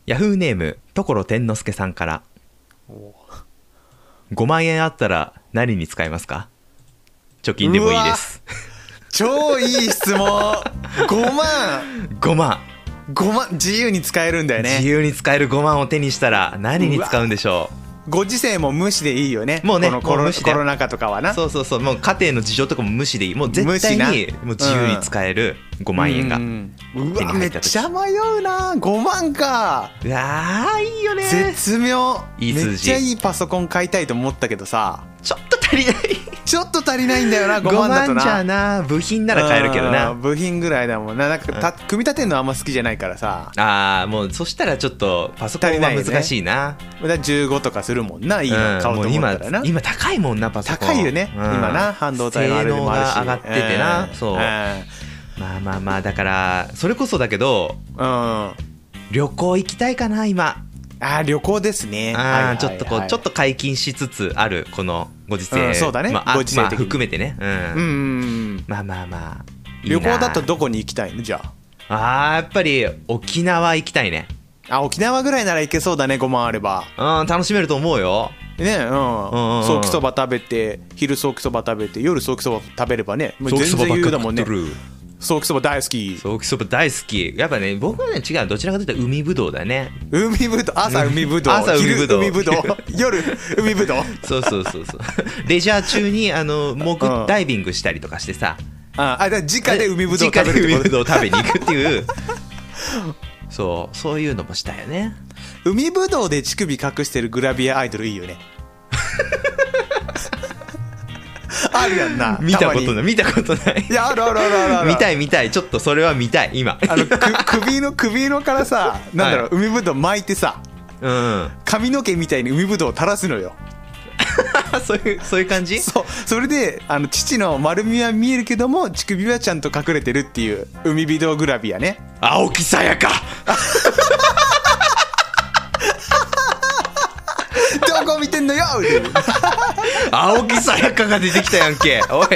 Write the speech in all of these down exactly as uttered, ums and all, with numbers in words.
ヤフーネーム所天之助さんから。ごまん円あったら何に使いますか？貯金でもいいです。 超いい質問。ごまんごまんごまん自由に使えるんだよね。 自由に使えるごまんを手にしたら何に使うんでしょう？ ご時世も無視でいいよね。 もうね、 このコロ、コロナ禍とかはな。 そうそうそう、もう家庭の事情とかも無視でいい。もう絶対にもう自由に使えるごまん円が手に入った時。うわ、めっちゃ迷うな。ごまんか。 うわー、いいよね。 絶妙。 いい数字。 めっちゃいいパソコン買いたいと思ったけどさ、 ちょっと足りない。 ちょっと足りないんだよな。ごまんだとな。ごまんじゃな、部品なら買えるけどな。 部品ぐらいだもんな。なんかた組み立てるのあんま好きじゃないからさ。 ああ、もうそしたらちょっとパソコンは難しいな。 だからじゅうごとかするもんな。いいの買おうと思ったらな。 今高いもんな、パソコン。 高いよね、うん、今な。半導体のあれでもあるし、 性能が上がっててな、そう、まあまあまあ、だからそれこそだけど、うん、旅行行きたいかな今。 あ、旅行ですね。 あ、はいはいはい、ちょっとこうちょっと解禁しつつあるこのご時世、 うん、そうだね、 まあ、 ご時世的に、 まあ、含めてね、うん、うんうん、まあまあまあいいな。 旅行だとどこに行きたいの？じゃあ、あ、やっぱり沖縄行きたいね。 あ、沖縄ぐらいなら行けそうだね。ごまんあれば、 うん、楽しめると思うよね。うん、うんうん、ソーキそば食べて、昼ソーキそば食べて、夜ソーキそば食べればね、もう全然余裕だもんね。ソーキそば大好き。 ソーキそば大好き。やっぱね、僕はね違う、どちらかというと海ぶどうだね。 海ぶどう、朝海ぶどう、 朝海ぶどう、 昼海ぶどう、夜海ぶどう。 そうそうそうそう。レジャー中にあの潜ダイビングしたりとかしてさ、 ああ、じゃあ直で海ぶどう食べるってこと。 海ぶどう食べに行くっていうそうそういうのもしたよね。 海ぶどうで乳首隠してるグラビアアイドルいいよね。あるやんな。 見たことない、見たことない。 いや、あるあるあるあるある。 見たい見たい、ちょっとそれは見たい今。 あのく首の首のからさ、なんだろう、はい、海ぶどう巻いてさ、うん、髪の毛みたいに海ぶどうを垂らすのよ。 そういうそういう感じ。 そう、それであの父の丸みは見えるけども乳首はちゃんと隠れてるっていう海ぶどうグラビアね。 青木さやか。 どこ見てんのよ。 青木さやかが出てきたやんけ。おい。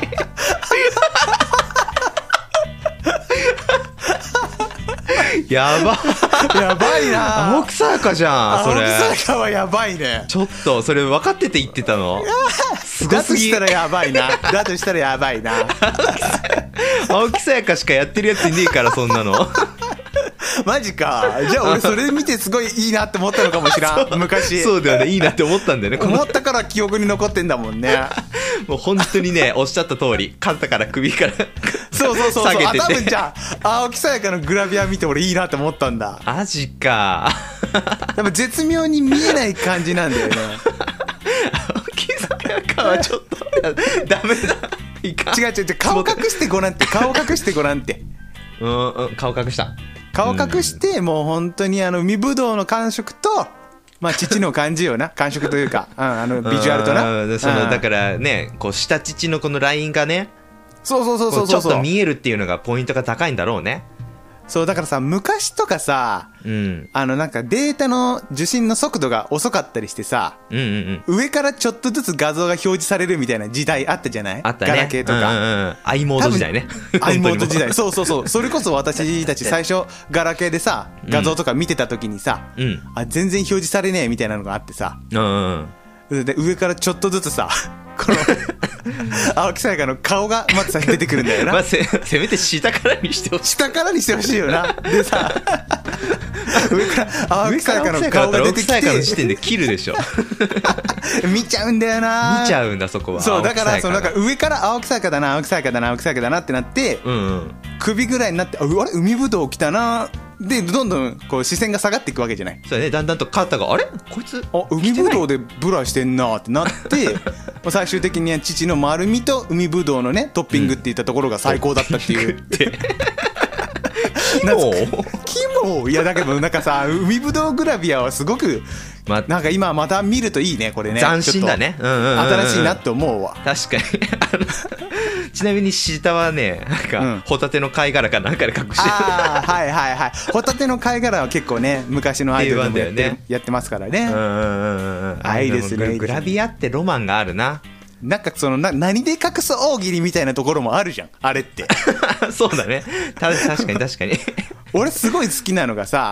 やばやばいな。 青木さやかじゃんそれ。 青木さやかはやばいね。 ちょっとそれ分かってて言ってたの？すごすぎ。 だとしたらやばいな。だとしたらやばいな。 青木さやかしかやってるやついねえからそんなの。 マジか。じゃあ俺それ見てすごいいいなって思ったのかもしらん。昔そうだよね、いいなって思ったんだよね。 思ったから記憶に残ってんだもんね。 もう本当にね、おっしゃった通り、肩から首からそうそうそうそう、 下げてて、 あ、多分じゃあ青木さやかのグラビア見て俺いいなって思ったんだ。 マジか。 でも絶妙に見えない感じなんだよね。 青木さやかはちょっとダメだ。いかん。 違う違う違う、顔隠してごらんって。顔隠してごらんって。 うん、うん、顔隠した。 顔隠して、もう本当にあの海ぶどうの感触と、まあ父の感じよな。感触というか、うん、あのビジュアルとな。 そのだからね、こう下乳のこのラインがね、 そうそうそうそうそう、 ちょっと見えるっていうのがポイントが高いんだろうね。 そうだからさ、昔とかさ、うん、あのなんかデータの受信の速度が遅かったりしてさ、うんうんうん、上からちょっとずつ画像が表示されるみたいな時代あったじゃない？ あったね。 ガラケーとか、 うんうん、i モード時代ね。 i モード時代。そうそうそう。それこそ私たち最初ガラケーでさ、画像とか見てた時にさ、うん、あ全然表示されねえみたいなのがあってさ、うんうん、で上からちょっとずつさ、この青木さやかの顔がまず先出てくるんだよな。 まあ、せ, せめて下からにしてほしい。 下からにしてほしいよな。でさ、上から青木さやかの顔が出てきて、 青木さやかの時点で切るでしょ。 見ちゃうんだよな。 見ちゃうんだそこは。 そうだからそのなんか上から青木さやかだな青木さやかだな青木さやかだなってなって、うんうん、首ぐらいになって、あれ海ぶどう来たな。でどんどんこう視線が下がっていくわけじゃない。 そうね、だんだんと肩があれこいつあ海ぶどうでブラしてんなってなって最終的には父の丸みと海ぶどうのねトッピングっていったところが最高だったっていう、うん、キモキモ。いやだけどなんかさ、海ぶどうグラビアはすごく、ま、なんか今また見るといいねこれね。 斬新だね、うんうんうんうん、 新しいなって思うわ。 確かに。ちなみに下はね、なんか、うん、ホタテの貝殻かなんかで隠してる。 ああはいはいはい。ホタテの貝殻は結構ね昔のアイドルでもやって、ね、やってますからね。うんうんうんうん。あいいですね。 グラビアってロマンがあるな。 なんかそのな何で隠す大喜利みたいなところもあるじゃんあれって。 そうだね。た確かに確かに。 俺すごい好きなのがさ、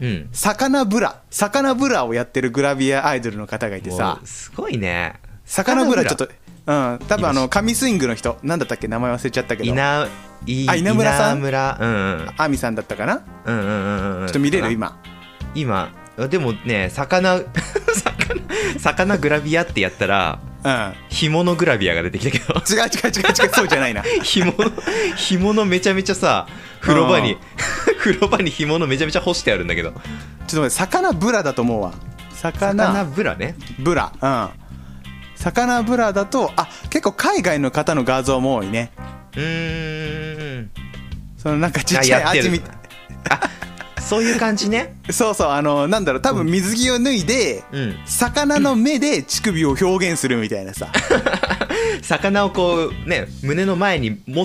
うん、 魚ブラ魚ブラをやってるグラビアアイドルの方がいてさ、 すごいね。 魚ブラちょっと、うん、多分あの神スイングの人なんだったっけ、名前忘れちゃったけど、 稲いあ稲村さん、 稲村、うんうん、 亜美さんだったかな、 うんうんうんうん、 ちょっと見れる今今でもね、魚魚魚グラビアってやったら、 うん、 干物グラビアが出てきたけど違う違う違う違う、そうじゃないな干物干物めちゃめちゃさ、風呂場に風呂場に干物めちゃめちゃ干してあるんだけど、 ちょっと待って、魚ブラだと思うわ。 魚, 魚ブラね、 ブラ、うん、魚ブラだと、あ、結構海外の方の画像も多いね。 うーん、 そのなんかちっちゃいアジみたいな、そういう感じね。 そうそう、あのなんだろう、多分水着を脱いで、うん、魚の目で乳首を表現するみたいなさ魚をこうね、胸の前に持って、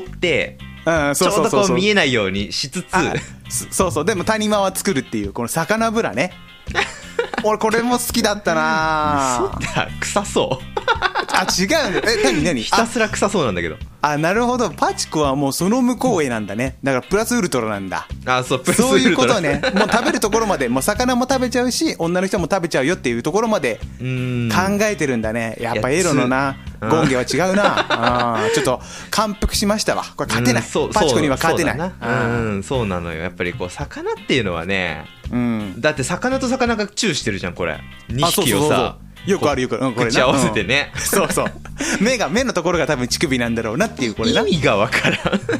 うん、そうそうそうそう、ちょうどこう見えないようにしつつ、 そうそう、でも谷間は作るっていうこの魚ブラね俺これも好きだったな。 そうだ、臭そうあ、違うんだ。え、何何、 ひたすら臭そうなんだけど。 あ、なるほど、パチコはもうその向こうへなんだね。だからプラスウルトラなんだ。 あ、そう、プラスウルトラ、 そういうことね。もう食べるところまで、もう魚も食べちゃうし、女の人も食べちゃうよっていうところまで考えてるんだね。やっぱエロのな、ゴンゲは違うな。あ、ちょっと感服しましたわ。これ勝てない、パチコには勝てない。 そうだな、うん、そうなのよ。やっぱりこう魚っていうのはね、うん、だって魚と魚がチューしてるじゃん、これにひきをさ、 よくあるよくある、うん、これ口合わせてね、 うん、そうそう目が目のところが多分乳首なんだろうなっていう、これな、 意味がわからん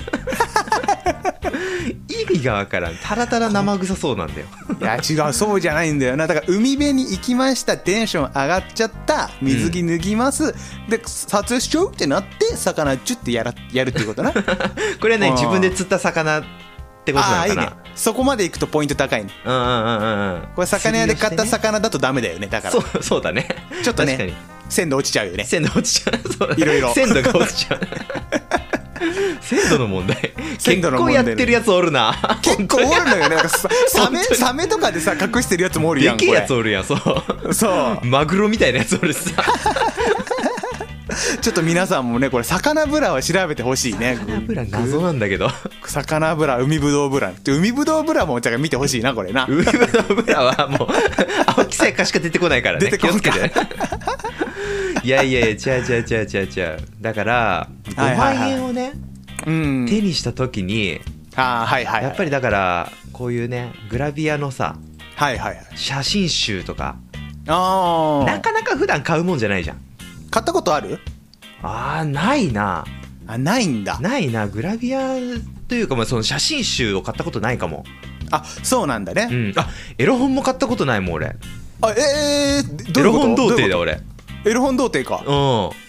意味がわからん、たらたら生臭そうなんだよいや違う、そうじゃないんだよな。だから海辺に行きました、テンション上がっちゃった、水着脱ぎます、うん、で撮影しちゃうってなって魚チュッてやらやるっていうことなこれはね、自分で釣った魚ってことなのかな。あ、いいね、 そこまでいくとポイント高いね。 うんうんうんうん。 これ魚屋で買った魚だとダメだよね。だからそう、そうだね、 ちょっとね鮮度落ちちゃうよね。 鮮度落ちちゃう、そうだね、 いろいろ鮮度が落ちちゃう鮮度の問題、結構やってるやつおるな結構おるのよね。なんかサメサメとかでさ隠してるやつもおるやん。 でけえやつおるやん。そうそう、 マグロみたいなやつおるさちょっと皆さんもね、これ魚ブラは調べてほしいね。 魚ブラ謎なんだけど、 魚ブラ、海ぶどうブラ、海ぶどうブラもじゃあ見てほしいな、これな。 海ぶどうブラはもう青木さやかしか出てこないからね、 出てこない、 気をつけていやいやいや、違う違う違う違う違う、だからごまん円をね、手にした時に、 あ、はいはいはい、 やっぱりだからこういうねグラビアのさ、 はいはいはい、 写真集とか、 あ、 なかなか普段買うもんじゃないじゃん。 買ったことある？ あー、ないな。 あ、ないんだ。 ないな、グラビアというか、まあ、その写真集を買ったことないかも。 あ、そうなんだね、 うん、あ、エロ本も買ったことないもん俺。 あ、えー、どういうこと？エロ本童貞だ俺。 エロ本童貞か。 うん、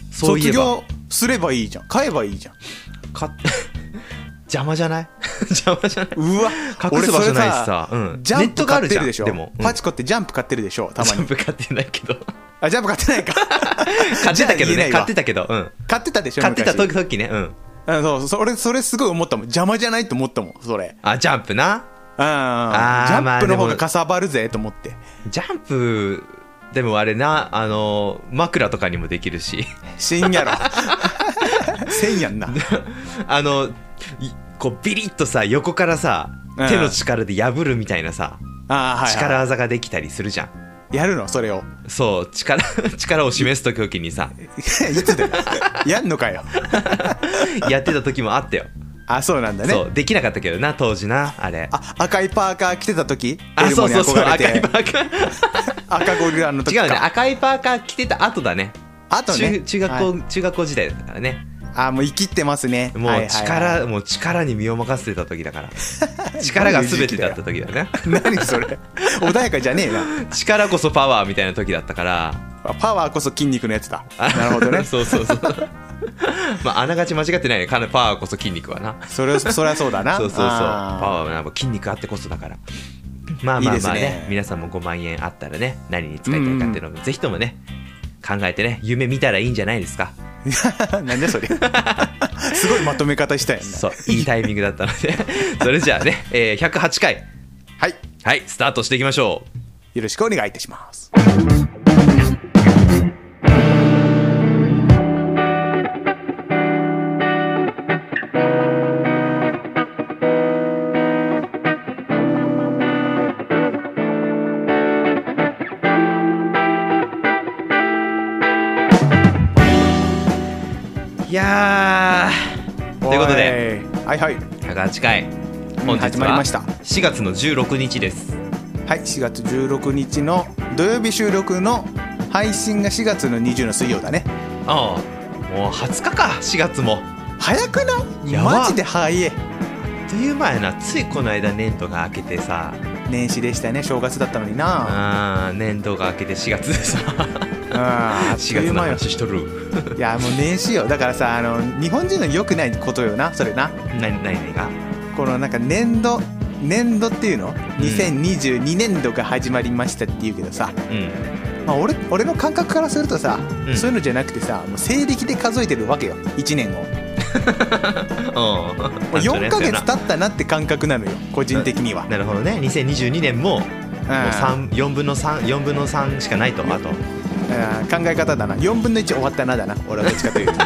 そういえば卒業すればいいじゃん、買えばいいじゃん。 か邪魔じゃない邪魔じゃない。 うわ、 隠す場所ないしさ、うん、 ジャンプ買ってるでしょ。 でも、 うん、パチコってジャンプ買ってるでしょ、たまに。 ジャンプ買ってないけどあ、ジャンプ買ってないか買ってたけどね、買ってたけど、うん、 買ってたでしょ、 買ってた時ね、うん、 あ、そうそれ、それすごい思ったもん。邪魔じゃないと思ったもん、それ。 あ、ジャンプな。 あ、ジャンプの方がかさばるぜと思って。 ジャンプでもあれな、あの枕とかにもできるし。 しんやろせんやんなあのこうビリッとさ、横からさ、手の力で破るみたいなさ、あ、はいはい、力技ができたりするじゃん。 やるのそれを。 そう、力力を示す時にさいつだよやんのかよやってた時もあったよ。 あ、そうなんだね。 そう、できなかったけどな、当時な、あれ。 あ、赤いパーカー着てた時。 あ、そうそうそう、赤いパーカー赤ゴリラの時か。 違うね、赤いパーカー着てた後だね。 後ね、 中, 中学校、はい、中学校時代だからね。 あ、もう生きってますね。 もう力、はいはいはい、もう力に身を任せてた時だから力が全てだった時だね何それ穏やかじゃねえな。 力こそパワーみたいな時だったから。 パワーこそ筋肉のやつだ。なるほどねそうそうそうまああながち間違ってないね、パワーこそ筋肉はな。 それそりゃそうだなそうそうそう、パワーは筋肉あってこそだから。まあまあまあ ね, いいね、皆さんもごまん円あったらね、何に使いたいかっていうのもぜひともね考えてね、夢見たらいいんじゃないですかなんでそれすごいまとめ方したやんな。 そう、いいタイミングだったのでそれじゃあね、えー、ひゃくはちかい、 はいはいスタートしていきましょう。 よろしくお願いいたします。 いやーということで、 はいはい、 ひゃくはちかい本日始まりました。 はしがつのじゅうろくにちです。 はい、しがつじゅうろくにちの土曜日収録の配信がしがつのにじゅうの水曜だね。 ああ、もうはつかか。しがつも早くない？ やばマジで早い。 あっという間やな。ついこの間年度が明けてさ、 年始でしたね。正月だったのにな。 あー年度が明けてしがつでさあしがつの話しとるいやもう年始よ。だからさ、あの日本人の良くないことよな、それな。 何何がこのなんか年度年度っていうの、うん、にせんにじゅうにねんどが始まりましたって言うけどさ、うんまあ、俺, 俺の感覚からするとさ、うん、そういうのじゃなくてさ、もう西暦で数えてるわけよ、いちねんをもうよんかげつ経ったなって感覚なのよ、個人的には。 なるほどね。にせんにじゅうにねんも、もうよんぶんのさん、よんぶんのさんしかないと。あと考え方だな。よんぶんのいち終わったなだな、俺はどっちかというと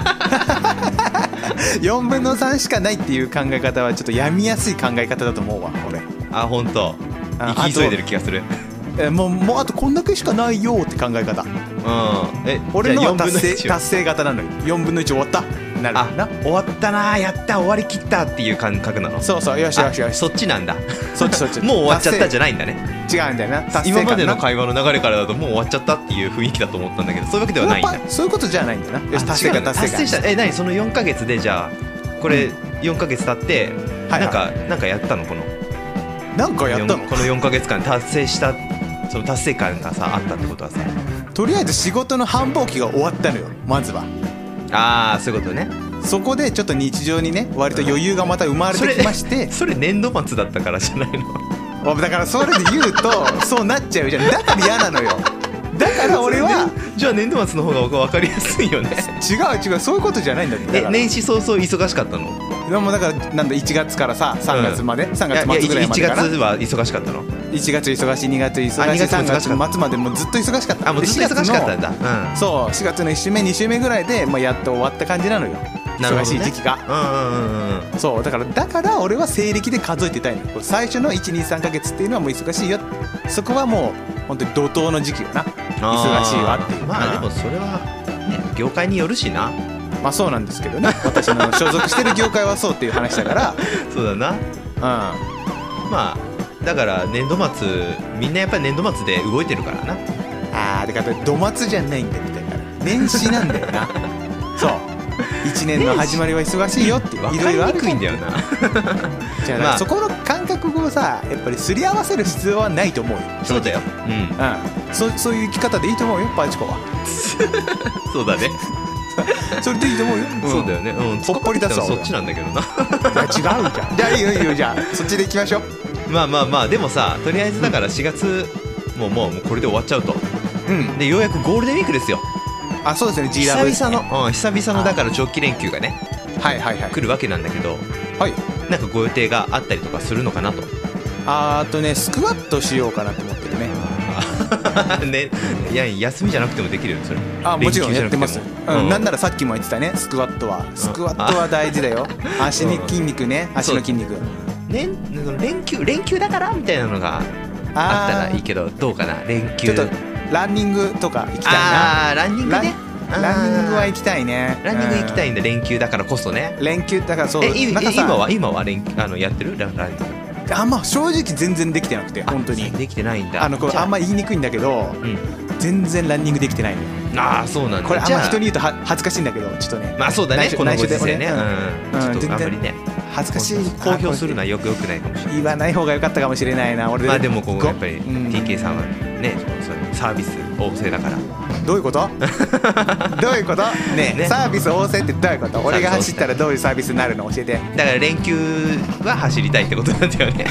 よんぶんのさんしかないっていう考え方はちょっと病みやすい考え方だと思うわ、俺。 あ、ほんと生き急いでる気がする。 えもう、もうあとこんだけしかないよって考え方。うん、え俺のは達成、達成型なのよ。よんぶんのいち終わったなるな。 終わったな、やった、終わりきったっていう感覚なの。 そうそう、よしよしよし。 そっちなんだ。 そっちそっちもう終わっちゃったじゃないんだね。 違うんだよな。 今までの会話の流れからだともう終わっちゃったっていう雰囲気だと思ったんだけど、そういうわけではないんだ。 そういうことじゃないんだな。よし、達成か達成か。 達成した。え、何そのよんかげつで、じゃあこれよんかげつ経ってなんかなんかやったの？このなんかやったの？ このよんかげつかん達成したその達成感がさあったってことはさ、 とりあえず仕事の繁忙期が終わったのよ、まずは。 ああ、そういうことね。 そこでちょっと日常にね、割と余裕がまた生まれてきまして、 うん、それ, それ年度末だったからじゃないの？ だからそれで言うとそうなっちゃうじゃん。だから嫌なのよ。だから俺はじゃあ年度末の方が分かりやすいよね。 違う違う、そういうことじゃないんだって。 え、年始早々忙しかったの？ でもだからなんだいちがつからささんがつまで、うん、さんがつ末ぐらいまでかな。 いちがつは忙しかったの？いちがつ忙しい、にがつ忙しい、さんがつ末までもずっと忙しかった。 あ、もうずっと忙しかったんだ。うん、 そうしがつのいっ週目に週目ぐらいで、まあ、やっと終わった感じなのよ。忙しい時期が。うん、そうだからだから俺は西暦で数えてたいの。最初のいち、に、さんかげつっていうのはもう忙しいよ。そこはもう本当に怒涛の時期よな。忙しいわっていう。 まあでもそれはね、業界によるしな。 まあそうなんですけどね、私の所属してる業界はそうっていう話だからそうだな。うん、まあだから年度末みんなやっぱり年度末で動いてるからな。 あーだから度末じゃないんだみたいな、年始なんだよなそういちねんの始まりは忙しいよっていろいろある。分かりにくいんだよなじゃあ、まあ、そこの感覚をさやっぱりすり合わせる必要はないと思うよ。 そうだよ。うん、うん、 そ, そういう生き方でいいと思うよ、パーチコはそうだねそれでいいと思うよ、 うん、そうだよね。うん、 ほっぽり出すわ。 そっちなんだけどな。 いや違うじゃん。じゃあいいよいいよ、じゃあそっちでいきましょう。 まあまあまあ、でもさ、とりあえずだからしがつ、うん、もうもうもうこれで終わっちゃうと、うん、でようやくゴールデンウィークですよ。 あ、そうですね。 ジーラブ久々の、うん、久々のだから長期連休がね、 はいはいはい、 来るわけなんだけど、はい、なんかご予定があったりとかするのかなと。 あーとね、スクワットしようかなと思ってるねね、いや休みじゃなくてもできるよそれ。 あ、もちろんやってます。うん、なんならさっきも言ってたね、スクワットはスクワットは大事だよ。足に筋肉ね、足の筋肉。ね、 連休連休だからみたいなのがあったらいいけど、どうかな。連休ちょっとランニングとか行きたいな。 あーランニングね。 ランニングは行きたいね。 ランニング行きたいんだ、連休だからこそね。 連休だからそう。 え、今は今は連あのやってるランニング？ あんま正直全然できてなくて、本当にできてないんだ。 あのこれあんま言いにくいんだけど、うん、全然ランニングできてないのよ。 ああ、そうなんだ。 これあんま人に言うとは恥ずかしいんだけど、ちょっとね。 まあそうだね、このご時世ね。 うん、ちょっとあんまりね恥ずかしい。 公表するのはよくよくないかもしれない。 言わない方が良かったかもしれないな。俺まあでもこうやっぱり ティーケー さんはね、サービス旺盛だから。 どういうことどういうことねえ、サービス旺盛ってどういうこと？俺が走ったらどういうサービスになるの教えて。 だから連休は走りたいってことなんだよね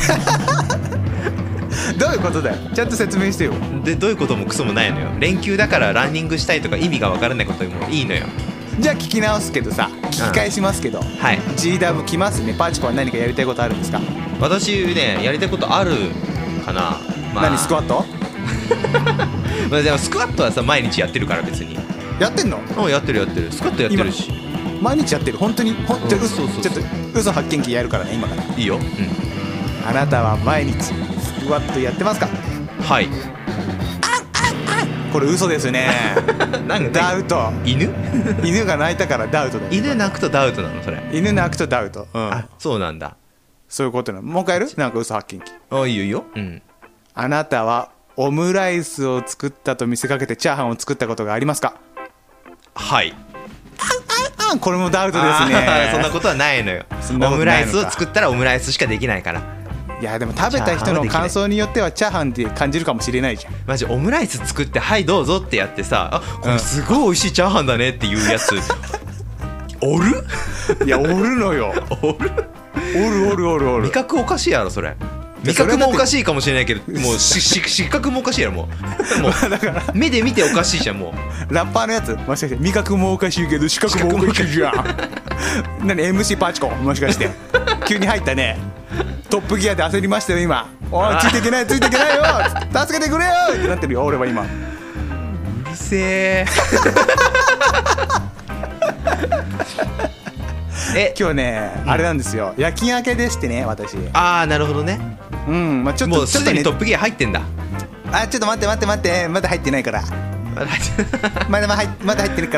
どういうことだよ、ちゃんと説明してよ。 でどういうこともクソもないのよ。連休だからランニングしたいとか意味がわからないこともいいのよ。 じゃあ聞き直すけどさ、聞き返しますけど、うん、はい、ジーダブ 来ますね。パーチコは何かやりたいことあるんですか？ 私ね、やりたいことあるかな。 まあ、何スクワットまあでもスクワットはさ毎日やってるから別に。 やってんの？ うん、やってるやってる。スクワットやってるし。 毎日やってる？本当に？ほん、うん、ちょっとちょっと嘘発見器やるからね今から。 いいよ。うん。 あなたは毎日スクワットやってますか？ はい。 これ嘘ですね。 なんかダウト。 犬犬が鳴いたからダウトだよ。 犬鳴くとダウトなのそれ。 犬鳴くとダウト。うん、 あ、そうなんだ。 そういうことなの。もう一回やる？なんか嘘発見器。 あ、いいよいいよ。うん。 あなたはオムライスを作ったと見せかけてチャーハンを作ったことがありますか？ はい。 ああ、これもダウトですね。 そんなことはないのよ。オムライスを作ったらオムライスしかできないから。 いやでも食べた人の感想によってはチャーハンって感じるかもしれないじゃん。 マジオムライス作ってはいどうぞってやってさ、あ、これすごい美味しいチャーハンだねっていうやつ、うん、おる？ いやおるのよ。 おる？ おるおるおるおる。 味覚おかしいやろそれ。味覚もおかしいかもしれないけど、もうしし視覚もおかしいやろもう。もうだから目で見ておかしいじゃんもう。ラッパーのやつもしかして味覚もおかしいけど視覚もおかしいじゃん。何 エムシー パチコもしかして急に入ったね。トップギアで焦りましたよ今。おいついていけないついていけないよ助けてくれよってなってるよ俺は今。 うるせえ。 え今日ね、うん、あれなんですよ、夜勤明けでしてね私。 ああなるほどね。 うん、まあちょっともうすでにトップギア入ってんだ。 あ、ちょっと待って待って待ってまだ入ってないから。まだまだまだ入ってるから。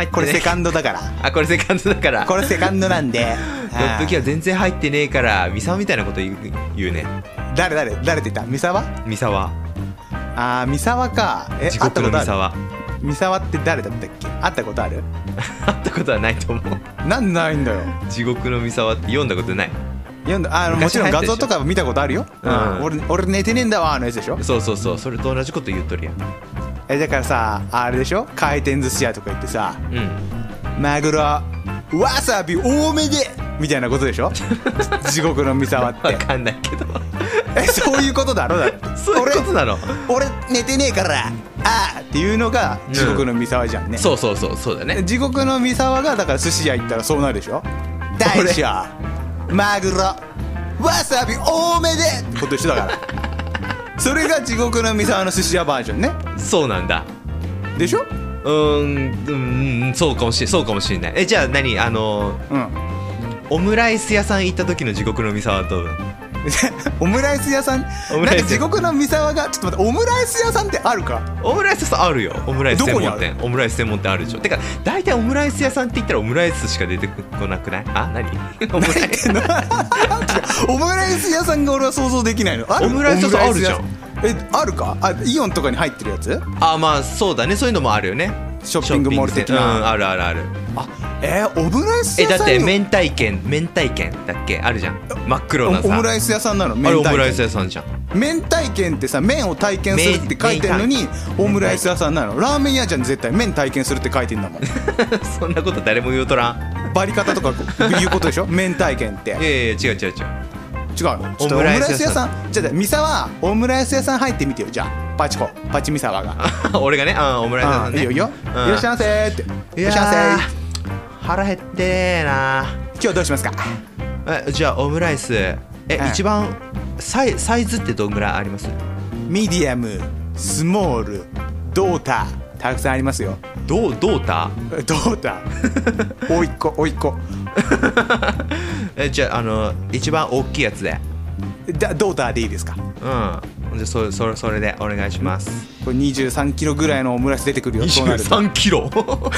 これセカンドだから。 あ、これセカンドだから。 これセカンドなんで。 トップギア全然入ってねえからミサワみたいなこと言う、言うね。 誰誰誰って言った？ミサワ？ ミサワ。 あーミサワか。え、 地獄のミサワ。 ミサワって誰だったっけ？会ったことある？ 会ったことはないと思う。 なんないんだよ。 地獄のミサワって読んだことない。 読んだ、あのもちろん画像とか見たことあるよ。うん、俺俺寝てねえんだわのやつでしょ。 そうそうそう、それと同じこと言っとるやん。 えだからさあれでしょ、回転寿司屋とか行ってさ、 うん、 マグロわさび多めでみたいなことでしょ。地獄のミサワって。 分かんないけど。 えそういうことだろ。だってそういうことなの。 俺寝てねえからあーっていうのが地獄のミサワじゃんね、 うん、そうそうそうそうだね。 地獄のミサワがだから寿司屋行ったらそうなるでしょ。大将マグロわさび多めでってこと一緒だから。それが地獄のミサワの寿司屋バージョンね。 そうなんだでしょ。 うーん、うん、そうかもしれそうかもしれない。えじゃあ何あのー、うん、オムライス屋さん行った時の地獄のミサワはどう？ オムライス屋さん、なんか地獄のミサワがちょっと待って、オムライス屋さんってあるか？ オムライス屋さんあるよ。オムライス専門店。オムライス専門店あるでしょ。てか大体オムライス屋さんって言ったらオムライスしか出てこなくない？あ、何？オムライスオムライス屋さんが俺は想像できないの。 オムライス屋さんあるじゃん。 え、あるか？あ、イオンとかに入ってるやつ？ あ、まあそうだね。そういうのもあるよね。 ショッピングモール的な。 うん、あるあるある。 あ、えー、オムライス屋さん。え、だって明太券、明太券だっけあるじゃん。真っ黒なさ。 オムライス屋さんなの？ あれオムライス屋さんじゃん。 明太券ってさ、麺を体験するって書いてるのにオムライス屋さんなの？ラーメン屋じゃん絶対。麺体験するって書いてんだもん。 そんなこと誰も言うとらん。 バリ方とかいうことでしょ。麺体験って。 いやいや違う違う違う。 違うの？ちょっとオムライス屋さん。じゃあミサワオムライス屋さん入ってみてよ。じゃあパチコパチミサワが。 俺がね、あオムライス屋さんね。 いいよいいよ。いらっしゃいませーって。いらっしゃいませー。 腹減ってねーな。 今日どうしますか？ えじゃあオムライスえ、うん、一番サイ、サイズってどんぐらいあります？ ミディアム、スモール、ドーターたくさんありますよ。 ドドーター？ドーター。おいっ子おいっ子。 えじゃああの一番大きいやつで。 だドーターでいいですか？ うん。じゃあそれそれそれでお願いします。 これにじゅうさんキロぐらいのオムライス出てくるよ。 にじゅうさんキロ。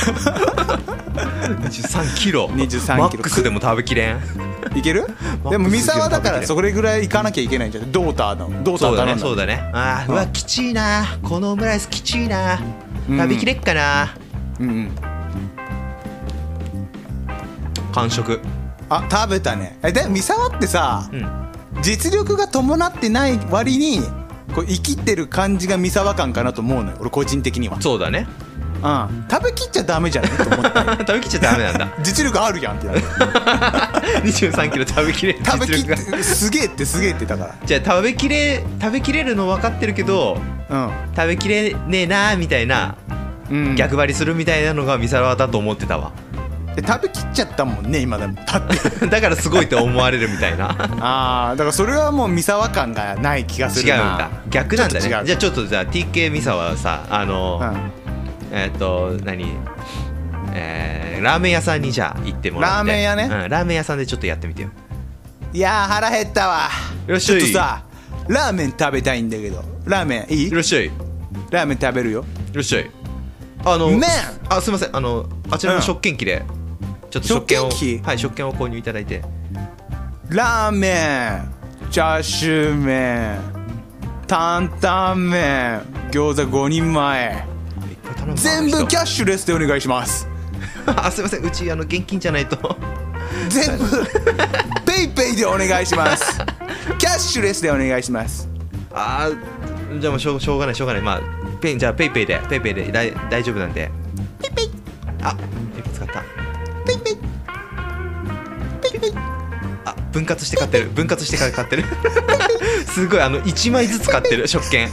にじゅうさんキロ。 にじゅうさんキロ。 マックスでも食べきれん。 いける？でもミサワだからそれぐらいいかなきゃいけないんじゃん。ドーターのドーター頼んだ。 そうだねそうだね。あーうわきちいな。このオムライスきちいな。食べきれっかな。 うんうん。 完食。 あ食べたね。えでミサワってさ、うん、実力が伴ってない割にこう生きてる感じがミサワ感かなと思うのよ俺個人的には。 そうだね。 うん、食べきっちゃダメじゃないと思って食べきっちゃダメなんだ。 実力あるやんってなる。 にじゅうさんキロ食べきれる食べきってすげえってすげえってだから。 じゃあ食べきれ食べきれるの分かってるけど、うん、食べきれねえなーみたいな、うん、逆張りするみたいなのがミサワだと思ってたわ。 食べきっちゃったもんね今でもだってだからすごいって思われるみたいな。 ああだからそれはもうミサワ感がない気がするな。 違うんだ逆なんだね。じゃあちょっとじゃあ ティーケー ミサワはさあの、うん、えっ、ー、と何えー、ラーメン屋さんにじゃあ行ってもらって。 ラーメン屋ね、 うん、ラーメン屋さんでちょっとやってみてよ。 いやー腹減ったわ。 よっしゃい。 ちょっとさラーメン食べたいんだけどラーメンいい？ いらっしゃい。 ラーメン食べるよ。 よっしゃい。あの麺あすいません、あのあちらの食券機で、うん、ちょっと食券を食券機はい食券を購入いただいて。 ラーメン、チャーシュー麺、担々麺、餃子ごにんまえ、全部キャッシュレスでお願いします。 あすいません、うちあの現金じゃないと。 全部ペイペイでお願いします。キャッシュレスでお願いします。 あーじゃあもうしょう、しょうがないしょうがない。まあペイじゃあペイペイでペイペイでだい大丈夫なんで。ペイペイ、あペイペイ使った。ペイペイペイペイ、あ分割して買ってる分割して買ってるすごい、あのいちまいずつ買ってる食券。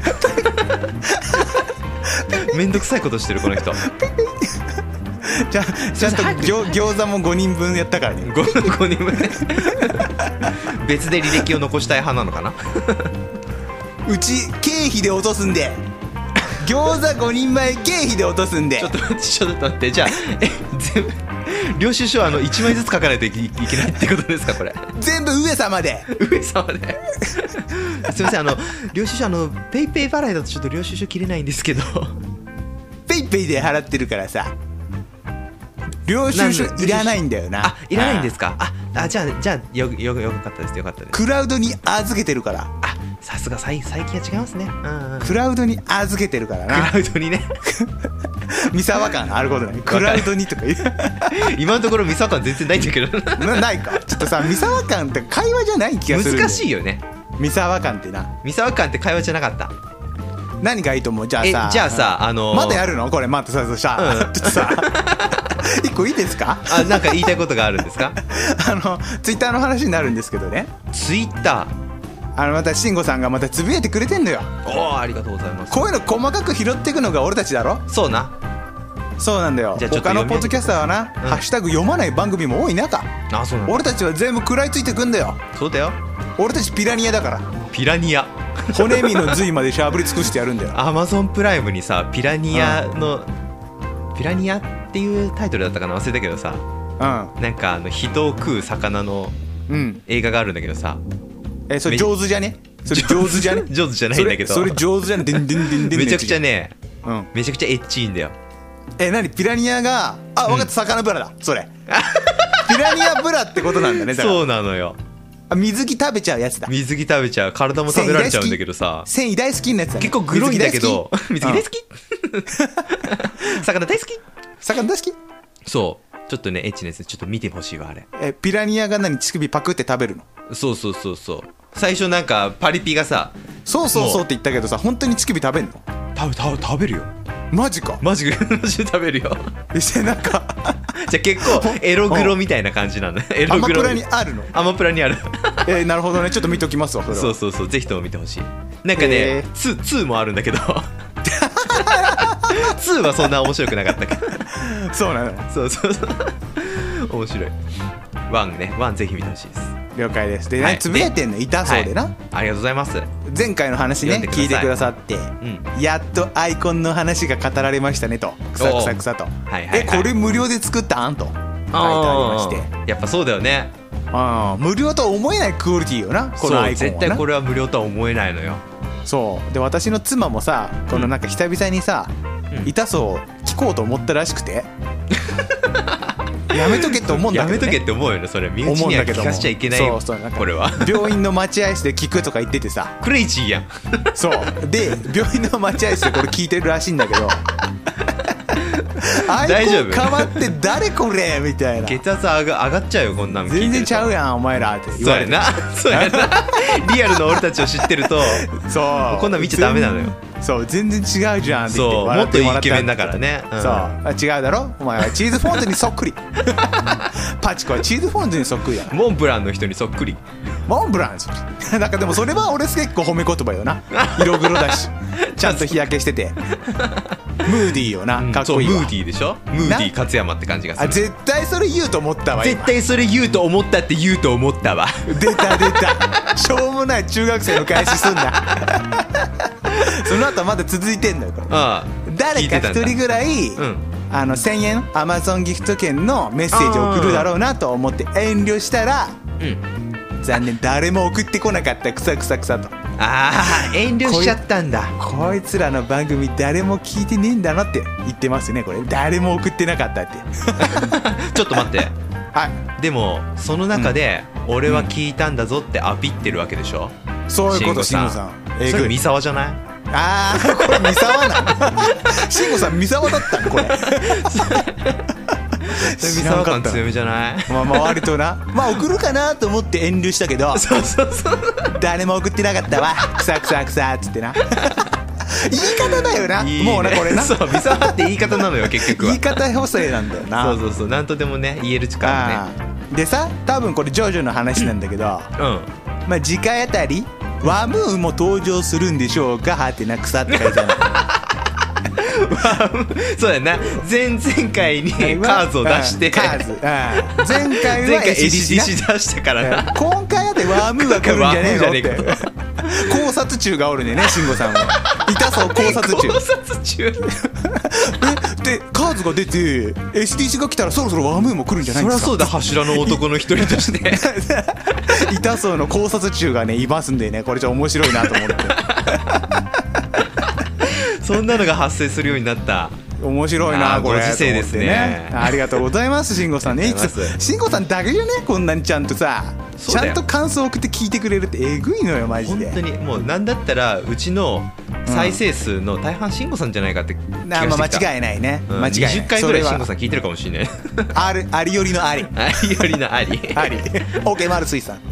めんどくさいことしてるこの人。 じゃちゃんと餃子もごにんぶんやったからね。 5, ごにんぶんね。別で履歴を残したい派なのかな。 うち経費で落とすんで、餃子ごにんまえ経費で落とすんで。 ちょっと待ってちょっと待って、じゃあえ全部領収書あのいちまいずつ書かないといけないってことですかこれ。 全部上様で上様で。すいません、あの領収書あのペイペイ払いだとちょっと領収書切れないんですけど。 ペイペイで払ってるからさ、領収書いらないんだよな。 あ、いらないんですか。ああ、じゃあじゃあよよよかったですよかったです。 クラウドに預けてるから。 あ、さすが最最近は違いますね。うんうん、 クラウドに預けてるからな。 クラウドにね。 三沢感あることない。クラウドにとか言う。 今のところ三沢感全然ないんだけど。 な, ないか。ちょっとさ、三沢感って会話じゃない気がする。 難しいよね。 三沢感ってな。 三沢感って会話じゃなかった。 何がいいと思う。じゃあさ、 じゃあさ、あのー、 まだやるのこれ。待ってさ、そしたら、うん、ちょっとさ一個いいですか。 あ、なんか言いたいことがあるんですか。 あのツイッターの話になるんですけどね。 ツイッター、 あのまた慎吾さんがまたつぶやいてくれてんのよ。 おー、ありがとうございます。 こういうの細かく拾っていくのが俺たちだろ。 そうな。 そうなんだよ。他のポッドキャスターはな、うん、ハッシュタグ読まない番組も多い中、 あ、そうなんだ。 俺たちは全部食らいついてくんだよ。 そうだよ。 俺たちピラニアだから。 ピラニア。 骨身の髄までしゃぶり尽くしてやるんだよ。 アマゾンプライムにさ、ピラニアの、うん、ピラニアっていうタイトルだったかな、忘れたけどさ、うん、なんかあの人を食う魚の映画があるんだけどさ、うん、 えそれ上手じゃね。それ上手じゃね。 上手じゃないんだけど、 それ、それ上手じゃね。でんでんでんでん。 めちゃくちゃね、うん、めちゃくちゃエッチいんだよ。 え、なにピラニアが、あ、分かった、魚ブラだそれ。ピラニアブラってことなんだね。だからそうなのよ。 あ、水着食べちゃうやつだ。 水着食べちゃう、体も食べられちゃうんだけどさ、 繊維大好きなやつだ、ね、 結構グロいんだけど。水着大好き。魚大好き。 魚大好き。 そうちょっとねエッチなやつちょっと見てほしいわあれ。 え、ピラニアが何、乳首パクって食べるの。 そうそうそうそう。最初なんかパリピがさ、 そうそうそうって言ったけどさ、本当に乳首食べんの。 食べ食べ食べるよ。 マジか。 マジマジで食べるよ。 え、なんかじゃあ結構エログロみたいな感じなの。エログロ。 アマプラにあるの。 アマプラにある。 えー、なるほどね。ちょっと見ときますわそれは。 そうそうそう、ぜひとも見てほしい。なんかね、えー、ツー, ツーもあるんだけどツーはそんな面白くなかったからそうなの。 そうそうそう面白い。ワンね、ワンぜひ見てほしいです。 了解です。で、はい、つぶやいてんの痛そうでな、はい、 ありがとうございます。 前回の話ね聞いてくださって、うん、やっとアイコンの話が語られましたねと、くさくさくさと、はいはいはい、え、これ無料で作ったんと書いてありまして、 やっぱそうだよね。 あ、無料とは思えないクオリティよな、このアイコンはな。 絶対これは無料とは思えないのよ。 そうで、私の妻もさ、このなんか久々にさ、うん、痛そう聞こうと思ったらしくてやめとけって思うんだけど、ね、 やめとけって思うよね。それ身内には聞かせちゃいけないよ。そうそう、なんかこれは病院の待合室で聞くとか言っててさクレイジーやん。 そうで、病院の待合室でこれ聞いてるらしいんだけどアイコン変わって誰これみたいな。 血圧上が上がっちゃうよこんなん聞いてると。 全然ちゃうやんお前らって言われて。 そうやなそうやなリアルの俺たちを知ってるとそうこんなん見ちゃダメなのよ。 そう全然違うじゃんって言って笑ってもらった。そうもっとイケメンだからね、うん、そうあ違うだろお前はチーズフォンデュにそっくりパチコはチーズフォンデュにそっくりや。 モンブランの人にそっくり。 モンブランそっくりなんかでもそれは俺結構褒め言葉よな。色黒だしちゃんと日焼けしててムーディーよな、かっこいいわ、 うん、そうムーディーでしょ。ムーディー勝山って感じがする。 あ絶対それ言うと思ったわ。 絶対それ言うと思ったって言うと思ったわ。 出た出たしょうもない中学生の返しすんなその後まだ続いてんのよこれ。ああ誰か一人ぐらい、うん、あのせんえんアマゾンギフト券のメッセージを送るだろうなと思って遠慮したら、うん、残念誰も送ってこなかった。くさくさくさと。 ああ遠慮しちゃったんだ。 こいつらの番組誰も聞いてねえんだなって言ってますね。これ誰も送ってなかったってちょっと待って、 はい、 でもその中で、うん、俺は聞いたんだぞってアピってるわけでしょ、 うん、そういうこと慎吾さん。 えぐい。それ三沢じゃない？ ああこれ三沢なの慎吾さん三沢だったのこれ三沢感強めじゃない？ まあまあ割となまあ送るかなと思って遠慮したけどそうそうそう誰も送ってなかったわくさくさくさっつってな言い方だよな。いい、ね、もうなこれなそう三沢って言い方なのよ結局は。 言い方補正なんだよな。 そうそうそうなんとでもね言える力ね。 でさ多分これジョジョの話なんだけど、うん、まあ次回あたりワムーも登場するんでしょうかはてな草って書いてあるそうだな前々回にカーズを出してカーズ、うん、前回は エスディーシー出したからな今回はでワムーは来るんじゃねえのって考察中がおるね慎吾さんは痛そう考察中考察中でカーズが出て エスディーシー が来たらそろそろワムーも来るんじゃないですか。 そりゃそうだ柱の男の一人として痛そうの考察中がねいますんでねこれじゃ面白いなと思ってそんなのが発生するようになった。 面白いなこれ。 ご時世ですね。 ありがとうございます慎吾さんね。いつ慎吾さんだけじゃねこんなにちゃんとさちゃんと感想を送って聞いてくれるってえぐいのよマジで。 本当にもうなんだったらうちの再生数の大半慎吾さんじゃないかって気がしてきた。 まあ間違いないね、うん、間違いない。にじゅっかいぐらい慎吾さん聞いてるかもしれないあるありよりのありありよりのありあり OK マルスイさん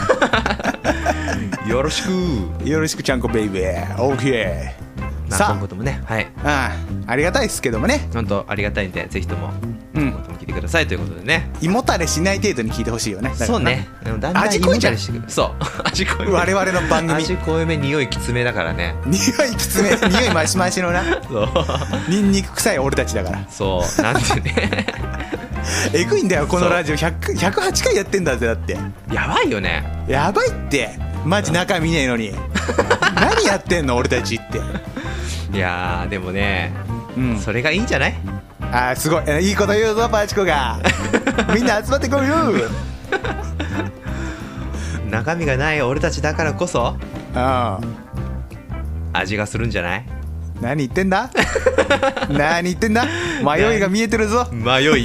よろしくよろしくちゃんこベイベー OK。 さあ今後ともね、はい、 ああ、ありがたいですけどもね。 本当ありがたいんでぜひとも今後とも聞いてくださいということでね。 胃もたれしない程度に聞いてほしいよね。 そうね。だんだん味濃いじゃん。そう味濃い。 我々の番組味濃いめ匂いきつめだからね。 匂いきつめ匂いマシマシのな。そうニンニク臭い俺たちだから。 そうなんでねえぐいんだよこのラジオひゃく、ひゃくはちかいやってんだぜ。だってやばいよね。 やばいってマジ中見ねえのに何やってんの俺たちって。 いやでもね、うん、それがいいんじゃない？ あーすごいいいこと言うぞパチコがみんな集まってこいよ中身がない俺たちだからこそあ味がするんじゃない？ 何言ってんだ何言ってんだ迷いが見えてるぞ迷い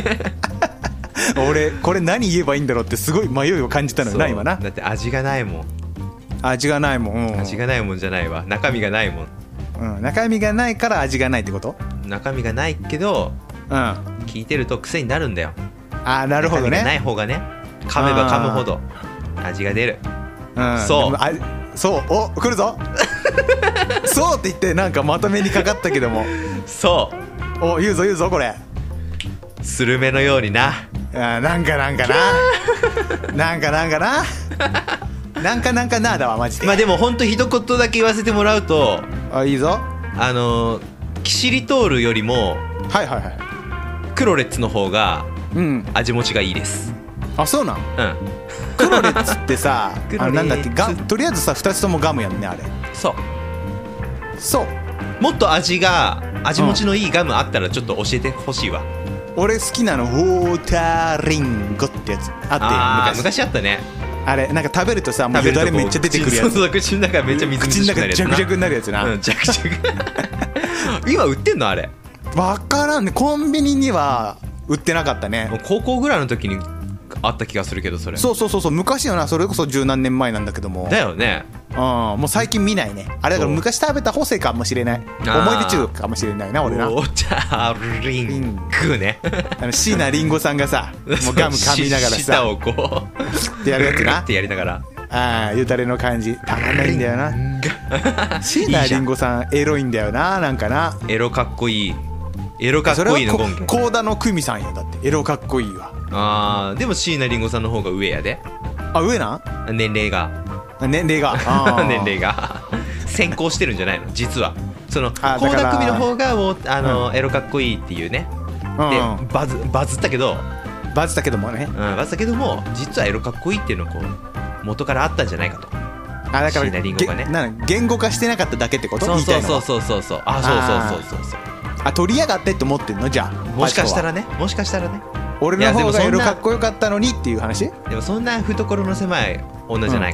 俺これ何言えばいいんだろうってすごい迷いを感じたのよな今な。 だって味がないもん。 味がないもん、うん、 味がないもんじゃないわ中身がないもん。 うん、中身がないから味がないってこと？ 中身がないけど、うん、聞いてると癖になるんだよ。 ああなるほどね。 中身がない方がね噛めば噛むほど味が出る。 うん、 そうあそうお来るぞそうって言ってなんかまとめにかかったけどもそうお言うぞ言うぞこれスルメのようにな。 あなんかなんかななんかなんかななんかなんかなだわマジで。 まあでもほんと一言だけ言わせてもらうとあいいぞ。 あのキシリトールよりもはいはいはいクロレッツの方が味持ちがいいです、 うん、あそうなん。 うんクロレッツってさあなんだっけガとりあえずさふたつともガムやんねあれ。 そうそうもっと味が味持ちのいいガムあったらちょっと教えてほしいわ、 うん、俺好きなのウォーターリンゴってやつあってあ昔昔あったね。 あれなんか食べるとさもうよだれめっちゃ出てくるやつ。 そうそう口の中めっちゃ水口の中ジャクジャクになるやつな、 うん、ジャクジャク今売ってんのあれ？ 分からんねコンビニには売ってなかったね。 もう高校ぐらいの時にあった気がするけどそれ。 そうそうそうそう昔よなそれこそ十何年前なんだけども。 だよね。 うんもう最近見ないねあれだから昔食べた補正かもしれない思い出中かもしれないな俺な。 ウォーターリングねあの椎名林檎さんがさもうガム噛みながらさ舌をこうってやるやつなってやりながらああよだれの感じたまんないんだよな椎名林檎さんエロいんだよななんかな。 エロかっこいいエロかっこいいのゴンゲ幸田の久美さんやだってエロかっこいいわ。 あーでも椎名林檎さんの方が上やで。 あ上なん年齢が年齢が年齢が先行してるんじゃないの実は。その倖田來未の方がもうあの、うん、エロかっこいいっていうね、うん、でバズバズったけどバズったけどもね、 うん、バズったけども実はエロかっこいいっていうのこう元からあったんじゃないかと。 あだから椎名林檎がねな言語化してなかっただけってこと？ そうそうそうそうそうそうあそうそうそうそうそうあ取りやがってって思ってんのじゃあもしかしたらねもしかしたらね俺の方がエロかっこよかったのにっていう話。 でもそんな懐の狭い女じゃないから、う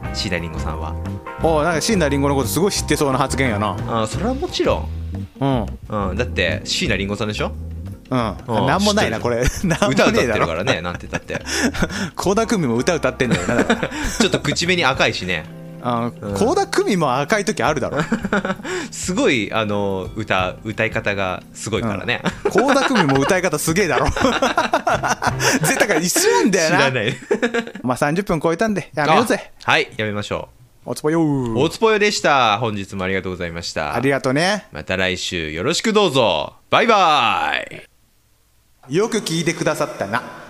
椎名林檎さんは。 おなんか椎名林檎のことすごい知ってそうな発言やな。 あそれはもちろん、 うんうん、だって椎名林檎さんでしょ。 うん、うん、なんもないなこれ。 歌歌ってるからね、なんて言ったって倖田來未も歌歌ってんだよなちょっと口紅赤いしね。 倖、うん、田來未も赤い時あるだろすごいあの 歌, 歌い方がすごいからね。 倖、うん、田來未も歌い方すげえだろ絶対だから一緒なんだよな。 知らないまあさんじゅっぷん超えたんでやめようぜ。 はいやめましょう。 おつぽよー。 おつぽよでした。本日もありがとうございました。 ありがとうね。 また来週よろしくどうぞ。バイバイ。 よく聞いてくださったな。